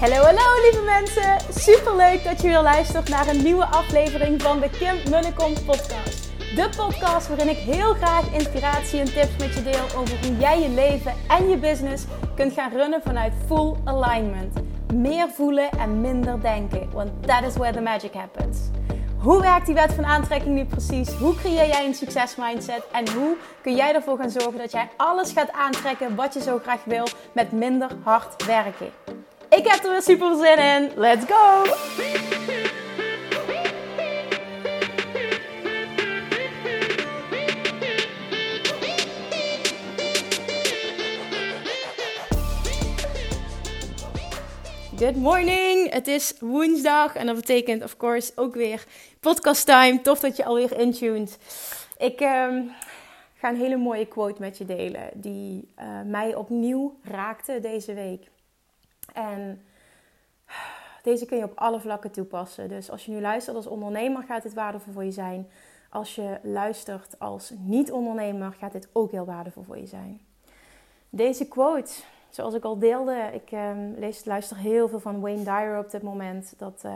Hallo, hallo lieve mensen. Superleuk dat je weer luistert naar een nieuwe aflevering van de Kim Munnekom podcast. De podcast waarin ik heel graag inspiratie en tips met je deel over hoe jij je leven en je business kunt gaan runnen vanuit full alignment. Meer voelen en minder denken, want that is where the magic happens. Hoe werkt die wet van aantrekking nu precies? Hoe creëer jij een succesmindset? En hoe kun jij ervoor gaan zorgen dat jij alles gaat aantrekken wat je zo graag wil met minder hard werken? Ik heb er weer super zin in. Let's go! Good morning! Het is woensdag en dat betekent of course ook weer podcast time. Tof dat je alweer intuned. Ik ga een hele mooie quote met je delen die mij opnieuw raakte deze week. En deze kun je op alle vlakken toepassen. Dus als je nu luistert als ondernemer gaat dit waardevol voor je zijn. Als je luistert als niet-ondernemer gaat dit ook heel waardevol voor je zijn. Deze quote, zoals ik al deelde, ik luister heel veel van Wayne Dyer op dit moment.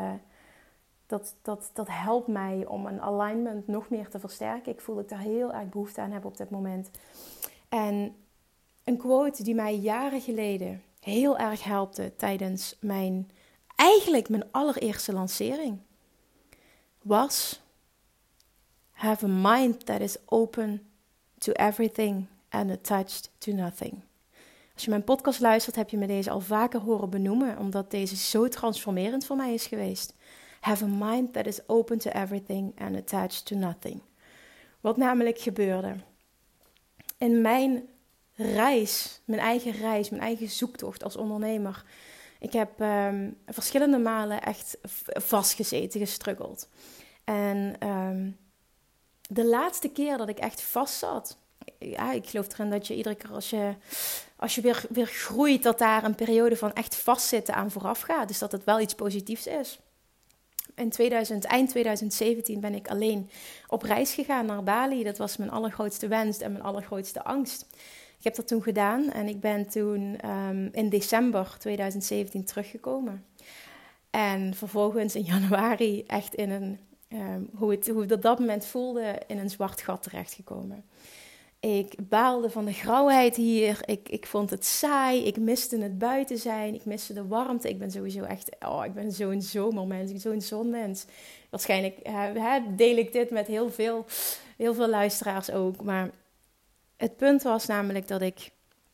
Dat helpt mij om een alignment nog meer te versterken. Ik voel dat ik daar heel erg behoefte aan heb op dit moment. En een quote die mij jaren geleden heel erg helpte tijdens mijn allereerste lancering was: have a mind that is open to everything and attached to nothing. Als je mijn podcast luistert, heb je me deze al vaker horen benoemen, omdat deze zo transformerend voor mij is geweest. Have a mind that is open to everything and attached to nothing. Wat namelijk gebeurde in mijn reis, mijn eigen zoektocht als ondernemer. Ik heb verschillende malen echt vastgezeten, gestruggeld. En de laatste keer dat ik echt vast zat, ja, ik geloof erin dat je iedere keer als je weer groeit, dat daar een periode van echt vastzitten aan vooraf gaat. Dus dat het wel iets positiefs is. In eind 2017 ben ik alleen op reis gegaan naar Bali. Dat was mijn allergrootste wens en mijn allergrootste angst. Ik heb dat toen gedaan en ik ben toen in december 2017 teruggekomen. En vervolgens in januari echt in een, hoe het op dat moment voelde, in een zwart gat terechtgekomen. Ik baalde van de grauwheid hier. Ik vond het saai. Ik miste het buiten zijn. Ik miste de warmte. Ik ben sowieso echt... ik ben zo'n zomermens. Ik ben zo'n zonmens. Waarschijnlijk deel ik dit met heel veel luisteraars ook. Maar het punt was namelijk dat ik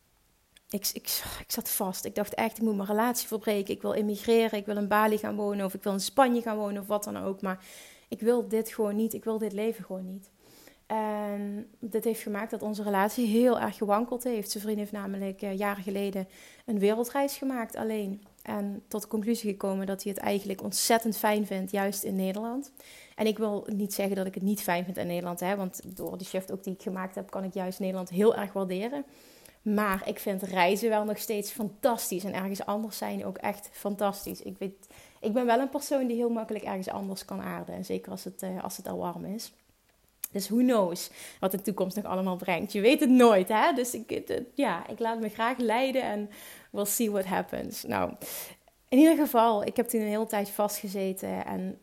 zat vast. Ik dacht echt, ik moet mijn relatie verbreken. Ik wil emigreren. Ik wil in Bali gaan wonen. Of ik wil in Spanje gaan wonen. Of wat dan ook. Maar ik wil dit gewoon niet. Ik wil dit leven gewoon niet. En dit heeft gemaakt dat onze relatie heel erg gewankeld heeft. Zijn vriend heeft namelijk jaren geleden een wereldreis gemaakt alleen. En tot de conclusie gekomen dat hij het eigenlijk ontzettend fijn vindt, juist in Nederland. En ik wil niet zeggen dat ik het niet fijn vind in Nederland. Want door de shift ook die ik gemaakt heb, kan ik juist Nederland heel erg waarderen. Maar ik vind reizen wel nog steeds fantastisch. En ergens anders zijn ook echt fantastisch. Ik ben wel een persoon die heel makkelijk ergens anders kan aarden. En zeker als het al warm is. Dus who knows wat de toekomst nog allemaal brengt. Je weet het nooit, hè? Dus ik laat me graag leiden en we'll see what happens. Nou, in ieder geval, ik heb toen een hele tijd vastgezeten. En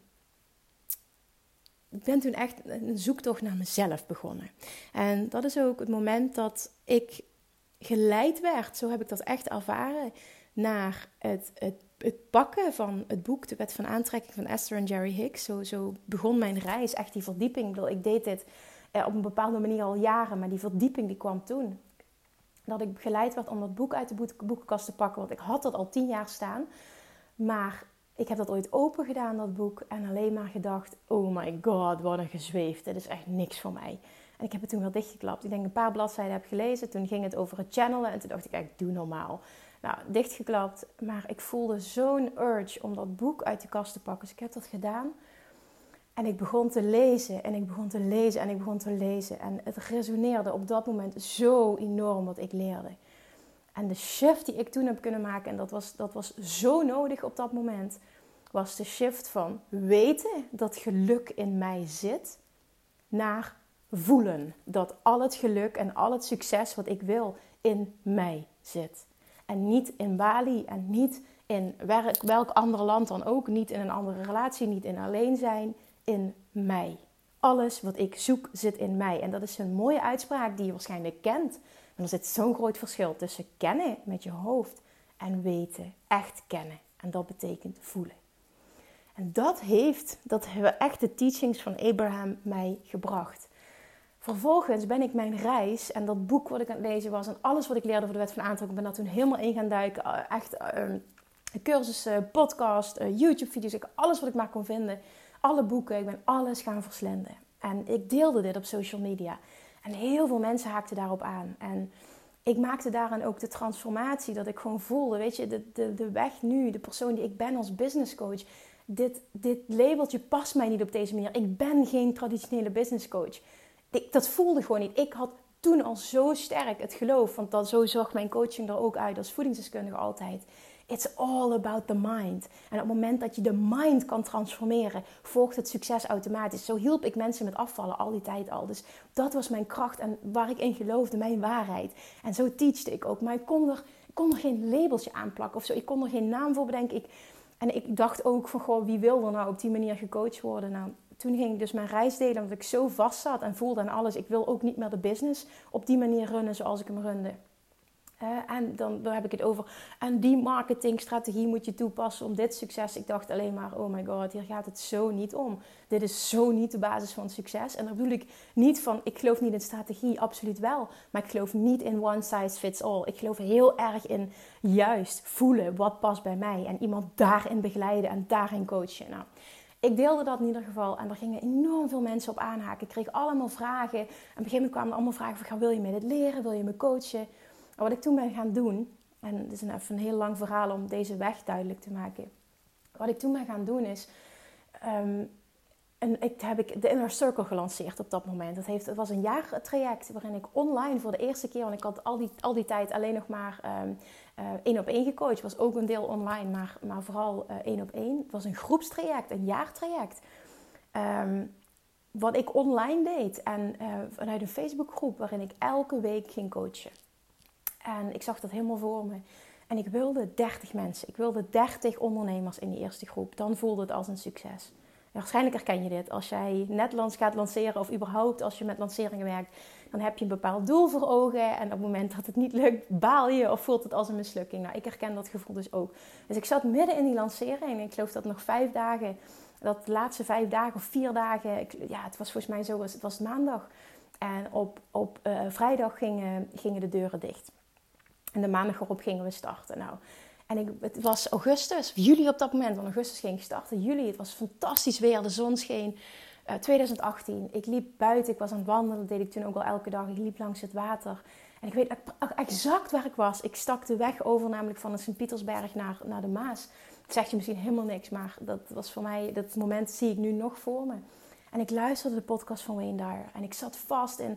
ik ben toen echt een zoektocht naar mezelf begonnen. En dat is ook het moment dat ik geleid werd, zo heb ik dat echt ervaren, naar het pakken van het boek De Wet van Aantrekking van Esther en Jerry Hicks. Zo begon mijn reis, echt die verdieping. Ik deed dit op een bepaalde manier al jaren, maar die verdieping die kwam toen. Dat ik geleid werd om dat boek uit de boekenkast te pakken, want ik had dat al 10 jaar staan. Maar ik heb dat ooit open gedaan, dat boek, en alleen maar gedacht, oh my god, wat een gezweefd. Dit is echt niks voor mij. En ik heb het toen wel dichtgeklapt. Ik denk een paar bladzijden heb gelezen. Toen ging het over het channelen. En toen dacht ik, doe normaal. Nou, dichtgeklapt. Maar ik voelde zo'n urge om dat boek uit de kast te pakken. Dus ik heb dat gedaan. En ik begon te lezen. En ik begon te lezen. En ik begon te lezen. En het resoneerde op dat moment zo enorm wat ik leerde. En de shift die ik toen heb kunnen maken. En dat was zo nodig op dat moment. Was de shift van weten dat geluk in mij zit. Naar voelen dat al het geluk en al het succes wat ik wil in mij zit. En niet in Bali en niet in welk ander land dan ook. Niet in een andere relatie, niet in alleen zijn. In mij. Alles wat ik zoek zit in mij. En dat is een mooie uitspraak die je waarschijnlijk kent. En er zit zo'n groot verschil tussen kennen met je hoofd en weten. Echt kennen. En dat betekent voelen. En dat hebben echt de teachings van Abraham mij gebracht. Vervolgens ben ik mijn reis en dat boek wat ik aan het lezen was en alles wat ik leerde over de wet van aantrekking, ben daar toen helemaal in gaan duiken. Echt cursussen, podcast, YouTube-video's, alles wat ik maar kon vinden. Alle boeken, ik ben alles gaan verslinden. En ik deelde dit op social media. En heel veel mensen haakten daarop aan. En ik maakte daaraan ook de transformatie dat ik gewoon voelde, weet je, de weg nu, de persoon die ik ben als business coach. Dit labeltje past mij niet op deze manier. Ik ben geen traditionele business coach. Dat voelde gewoon niet. Ik had toen al zo sterk het geloof, want zo zag mijn coaching er ook uit als voedingsdeskundige altijd. It's all about the mind. En op het moment dat je de mind kan transformeren, volgt het succes automatisch. Zo hielp ik mensen met afvallen al die tijd al. Dus dat was mijn kracht en waar ik in geloofde, mijn waarheid. En zo teachte ik ook. Maar ik kon er geen labeltje aanplakken of zo. Ik kon er geen naam voor bedenken. En ik dacht ook van, goh, wie wil er nou op die manier gecoacht worden? Nou, toen ging ik dus mijn reis delen, omdat ik zo vast zat en voelde aan alles. Ik wil ook niet meer de business op die manier runnen zoals ik hem runde. En dan heb ik het over. En die marketingstrategie moet je toepassen om dit succes. Ik dacht alleen maar, oh my god, hier gaat het zo niet om. Dit is zo niet de basis van succes. En daar bedoel ik niet van, ik geloof niet in strategie, absoluut wel. Maar ik geloof niet in one size fits all. Ik geloof heel erg in juist voelen wat past bij mij. En iemand daarin begeleiden en daarin coachen. Nou, ik deelde dat in ieder geval en er gingen enorm veel mensen op aanhaken. Ik kreeg allemaal vragen. En op een gegeven moment kwamen er allemaal vragen van, wil je me dit leren? Wil je me coachen? En wat ik toen ben gaan doen, en het is even een heel lang verhaal om deze weg duidelijk te maken. Wat ik toen ben gaan doen is, heb ik de Inner Circle gelanceerd op dat moment. Het was een jaartraject waarin ik online voor de eerste keer, want ik had al die tijd alleen nog maar 1-op-1 gecoacht. Het was ook een deel online, maar vooral 1-op-1. Het was een groepstraject, een jaartraject. Wat ik online deed en vanuit een Facebookgroep waarin ik elke week ging coachen. En ik zag dat helemaal voor me. En ik wilde 30 mensen. Ik wilde 30 ondernemers in die eerste groep. Dan voelde het als een succes. En waarschijnlijk herken je dit. Als jij net gaat lanceren of überhaupt als je met lanceringen werkt, dan heb je een bepaald doel voor ogen. En op het moment dat het niet lukt, baal je of voelt het als een mislukking. Nou, ik herken dat gevoel dus ook. Dus ik zat midden in die lancering. En ik geloof dat nog 5 dagen, dat de laatste 5 dagen of 4 dagen, het was volgens mij zo, het was maandag. En op vrijdag gingen de deuren dicht. En de maandag erop gingen we starten. Nou, en het was juli op dat moment, want augustus ging ik starten. Juli, het was fantastisch weer, de zon scheen. 2018, ik liep buiten, ik was aan het wandelen, dat deed ik toen ook al elke dag. Ik liep langs het water. En ik weet exact waar ik was. Ik stak de weg over, namelijk van de Sint-Pietersberg naar de Maas. Dat zegt je misschien helemaal niks, maar dat was voor mij, dat moment zie ik nu nog voor me. En ik luisterde de podcast van Wayne Dyer. En ik zat vast in,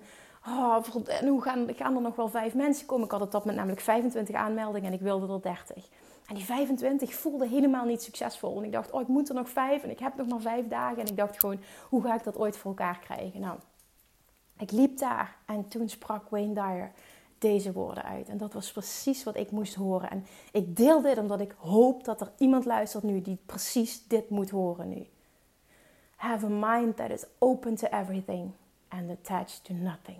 en hoe gaan er nog wel 5 mensen komen? Ik had op dat moment namelijk 25 aanmeldingen en ik wilde er 30. En die 25 voelde helemaal niet succesvol. En ik dacht, ik moet er nog 5 en ik heb nog maar 5 dagen. En ik dacht gewoon, hoe ga ik dat ooit voor elkaar krijgen? Nou, ik liep daar en toen sprak Wayne Dyer deze woorden uit. En dat was precies wat ik moest horen. En ik deel dit omdat ik hoop dat er iemand luistert nu die precies dit moet horen nu. Have a mind that is open to everything and attached to nothing.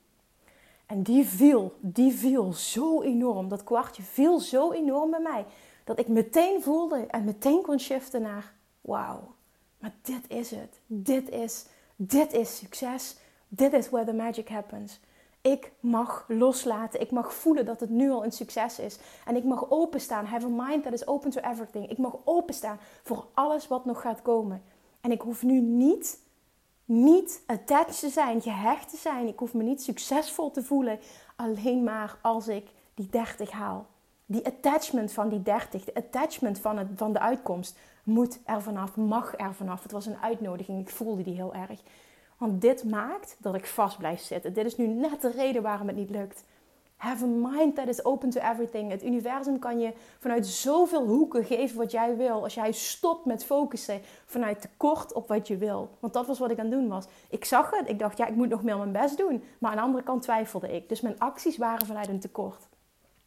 En die viel zo enorm. Dat kwartje viel zo enorm bij mij. Dat ik meteen voelde en meteen kon shiften naar, wauw, maar dit is het. Dit is succes. Dit is where the magic happens. Ik mag loslaten. Ik mag voelen dat het nu al een succes is. En ik mag openstaan. Have a mind that is open to everything. Ik mag openstaan voor alles wat nog gaat komen. En ik hoef nu niet attached te zijn, gehecht te zijn. Ik hoef me niet succesvol te voelen. Alleen maar als ik die 30 haal. Die attachment van die 30, de attachment van de uitkomst moet er vanaf, mag er vanaf. Het was een uitnodiging, ik voelde die heel erg. Want dit maakt dat ik vast blijf zitten. Dit is nu net de reden waarom het niet lukt. Have a mind that is open to everything. Het universum kan je vanuit zoveel hoeken geven wat jij wil. Als jij stopt met focussen vanuit tekort op wat je wil. Want dat was wat ik aan het doen was. Ik zag het. Ik dacht, ik moet nog meer mijn best doen. Maar aan de andere kant twijfelde ik. Dus mijn acties waren vanuit een tekort.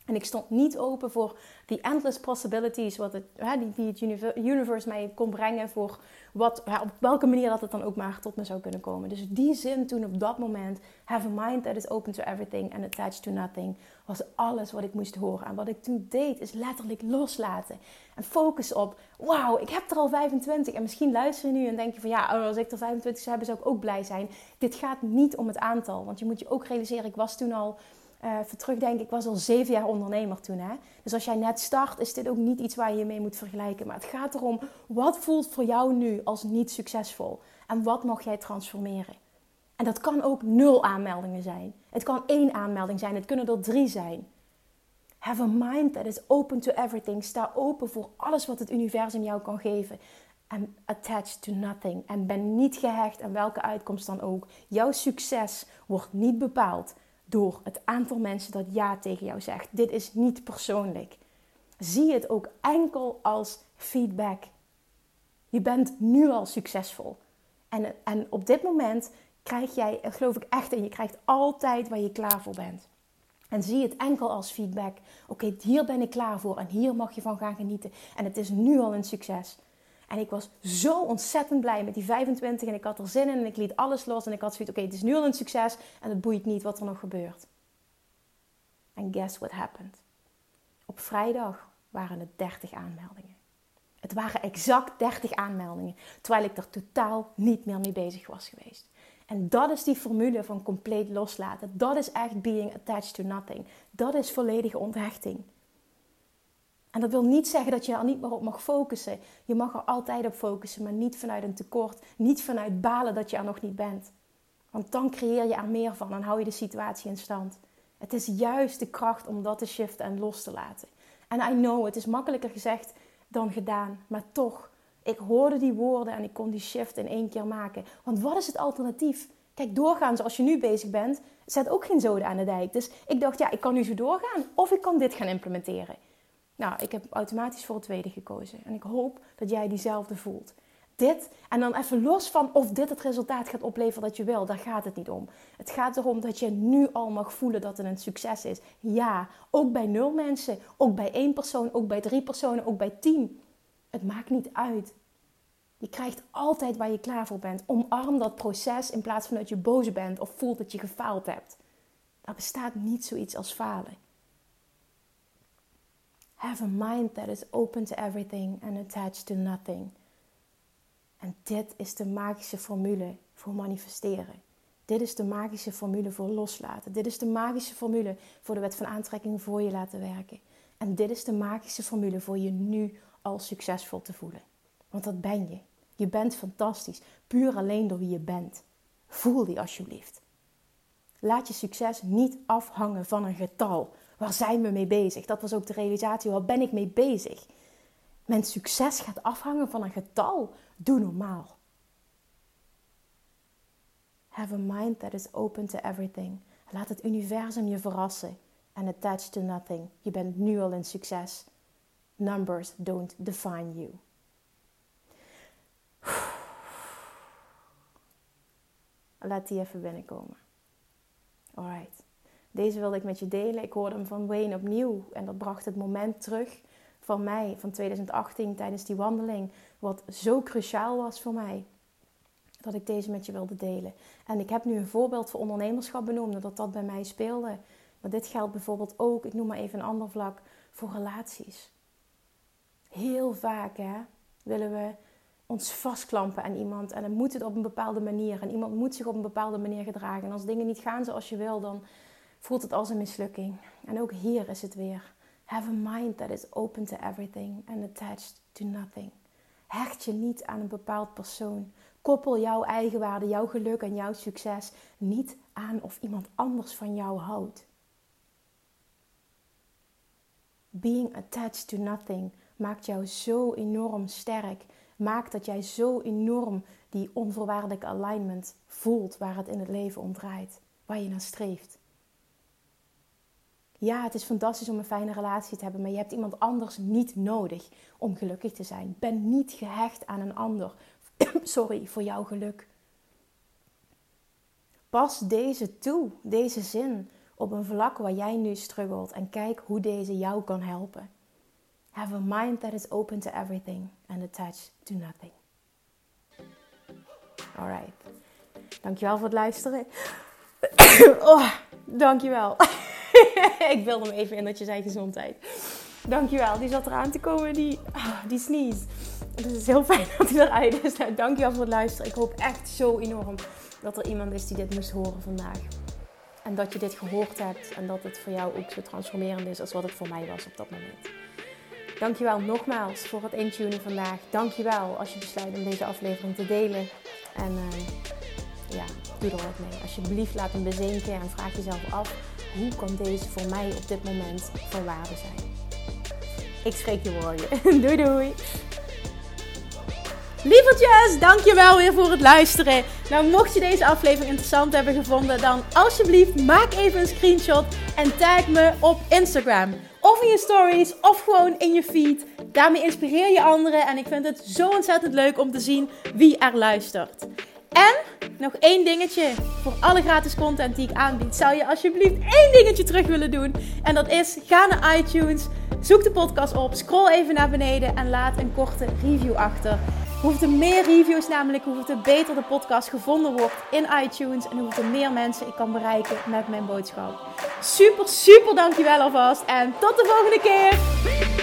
En ik stond niet open voor the endless possibilities die het universe mij kon brengen voor op welke manier dat het dan ook maar tot me zou kunnen komen. Dus die zin toen op dat moment, have a mind that is open to everything and attached to nothing, was alles wat ik moest horen. En wat ik toen deed is letterlijk loslaten. En focus op, wauw, ik heb er al 25. En misschien luister je nu en denk je van ja, als ik er 25 zou hebben, zou ik ook blij zijn. Dit gaat niet om het aantal. Want je moet je ook realiseren, ik was toen al... Even terugdenken, ik was al 7 jaar ondernemer toen. Hè? Dus als jij net start, is dit ook niet iets waar je je mee moet vergelijken. Maar het gaat erom, wat voelt voor jou nu als niet succesvol? En wat mag jij transformeren? En dat kan ook 0 aanmeldingen zijn. Het kan 1 aanmelding zijn, het kunnen er 3 zijn. Have a mind that is open to everything. Sta open voor alles wat het universum jou kan geven. And attached to nothing. En ben niet gehecht aan welke uitkomst dan ook. Jouw succes wordt niet bepaald door het aantal mensen dat ja tegen jou zegt. Dit is niet persoonlijk. Zie het ook enkel als feedback. Je bent nu al succesvol. En op dit moment krijg jij, geloof ik echt, en je krijgt altijd waar je klaar voor bent. En zie het enkel als feedback. Oké, hier ben ik klaar voor en hier mag je van gaan genieten. En het is nu al een succes. En ik was zo ontzettend blij met die 25 en ik had er zin in en ik liet alles los. En ik had zoiets, oké, het is nu al een succes en het boeit niet wat er nog gebeurt. En guess what happened? Op vrijdag waren het 30 aanmeldingen. Het waren exact 30 aanmeldingen, terwijl ik er totaal niet meer mee bezig was geweest. En dat is die formule van compleet loslaten. Dat is echt being attached to nothing. Dat is volledige onthechting. En dat wil niet zeggen dat je er niet meer op mag focussen. Je mag er altijd op focussen, maar niet vanuit een tekort. Niet vanuit balen dat je er nog niet bent. Want dan creëer je er meer van en hou je de situatie in stand. Het is juist de kracht om dat te shiften en los te laten. En I know, het is makkelijker gezegd dan gedaan. Maar toch, ik hoorde die woorden en ik kon die shift in 1 keer maken. Want wat is het alternatief? Kijk, doorgaan zoals je nu bezig bent, zet ook geen zoden aan de dijk. Dus ik dacht, ja, ik kan nu zo doorgaan of ik kan dit gaan implementeren. Nou, ik heb automatisch voor het tweede gekozen. En ik hoop dat jij diezelfde voelt. Dit, en dan even los van of dit het resultaat gaat opleveren dat je wil. Daar gaat het niet om. Het gaat erom dat je nu al mag voelen dat het een succes is. Ja, ook bij 0 mensen. Ook bij 1 persoon. Ook bij 3 personen. Ook bij 10. Het maakt niet uit. Je krijgt altijd waar je klaar voor bent. Omarm dat proces in plaats van dat je boos bent of voelt dat je gefaald hebt. Er bestaat niet zoiets als falen. Have a mind that is open to everything and attached to nothing. En dit is de magische formule voor manifesteren. Dit is de magische formule voor loslaten. Dit is de magische formule voor de wet van aantrekking voor je laten werken. En dit is de magische formule voor je nu al succesvol te voelen. Want dat ben je. Je bent fantastisch. Puur alleen door wie je bent. Voel die alsjeblieft. Laat je succes niet afhangen van een getal. Waar zijn we mee bezig? Dat was ook de realisatie. Waar ben ik mee bezig? Mijn succes gaat afhangen van een getal. Doe normaal. Have a mind that is open to everything. Laat het universum je verrassen. And attached to nothing. Je bent nu al een succes. Numbers don't define you. Laat die even binnenkomen. Alright. Deze wilde ik met je delen. Ik hoorde hem van Wayne opnieuw. En dat bracht het moment terug van mij, van 2018, tijdens die wandeling. Wat zo cruciaal was voor mij. Dat ik deze met je wilde delen. En ik heb nu een voorbeeld voor ondernemerschap benoemd. Dat bij mij speelde. Maar dit geldt bijvoorbeeld ook, ik noem maar even een ander vlak, voor relaties. Heel vaak willen we ons vastklampen aan iemand. En dan moet het op een bepaalde manier. En iemand moet zich op een bepaalde manier gedragen. En als dingen niet gaan zoals je wil, dan voelt het als een mislukking. En ook hier is het weer. Have a mind that is open to everything and attached to nothing. Hecht je niet aan een bepaald persoon. Koppel jouw eigenwaarde, jouw geluk en jouw succes niet aan of iemand anders van jou houdt. Being attached to nothing maakt jou zo enorm sterk. Maakt dat jij zo enorm die onvoorwaardelijke alignment voelt waar het in het leven om draait. Waar je naar streeft. Ja, het is fantastisch om een fijne relatie te hebben, maar je hebt iemand anders niet nodig om gelukkig te zijn. Ben niet gehecht aan een ander. Voor jouw geluk. Pas deze toe, deze zin, op een vlak waar jij nu struggelt en kijk hoe deze jou kan helpen. Have a mind that is open to everything and attached to nothing. Alright. Dankjewel voor het luisteren. Oh, dankjewel. Ik wilde hem even in dat je zei gezondheid. Dankjewel. Die zat eraan te komen, die sneeze. Dus het is heel fijn dat hij eruit is. Nou, dankjewel voor het luisteren. Ik hoop echt zo enorm dat er iemand is die dit moest horen vandaag. En dat je dit gehoord hebt. En dat het voor jou ook zo transformerend is als wat het voor mij was op dat moment. Dankjewel nogmaals voor het intunen vandaag. Dankjewel als je besluit om deze aflevering te delen. En doe er wat mee. Alsjeblieft laat hem bezinken en vraag jezelf af. Hoe kan deze voor mij op dit moment van waarde zijn? Ik spreek je morgen. Doei doei. Lievertjes, dankjewel weer voor het luisteren. Nou, mocht je deze aflevering interessant hebben gevonden, dan alsjeblieft maak even een screenshot en tag me op Instagram. Of in je stories, of gewoon in je feed. Daarmee inspireer je anderen en ik vind het zo ontzettend leuk om te zien wie er luistert. En nog één dingetje. Voor alle gratis content die ik aanbied, zou je alsjeblieft één dingetje terug willen doen. En dat is, ga naar iTunes, zoek de podcast op, scroll even naar beneden en laat een korte review achter. Hoeveel meer reviews namelijk, hoeveel beter de podcast gevonden wordt in iTunes. En hoeveel meer mensen ik kan bereiken met mijn boodschap. Super, super dankjewel alvast. En tot de volgende keer.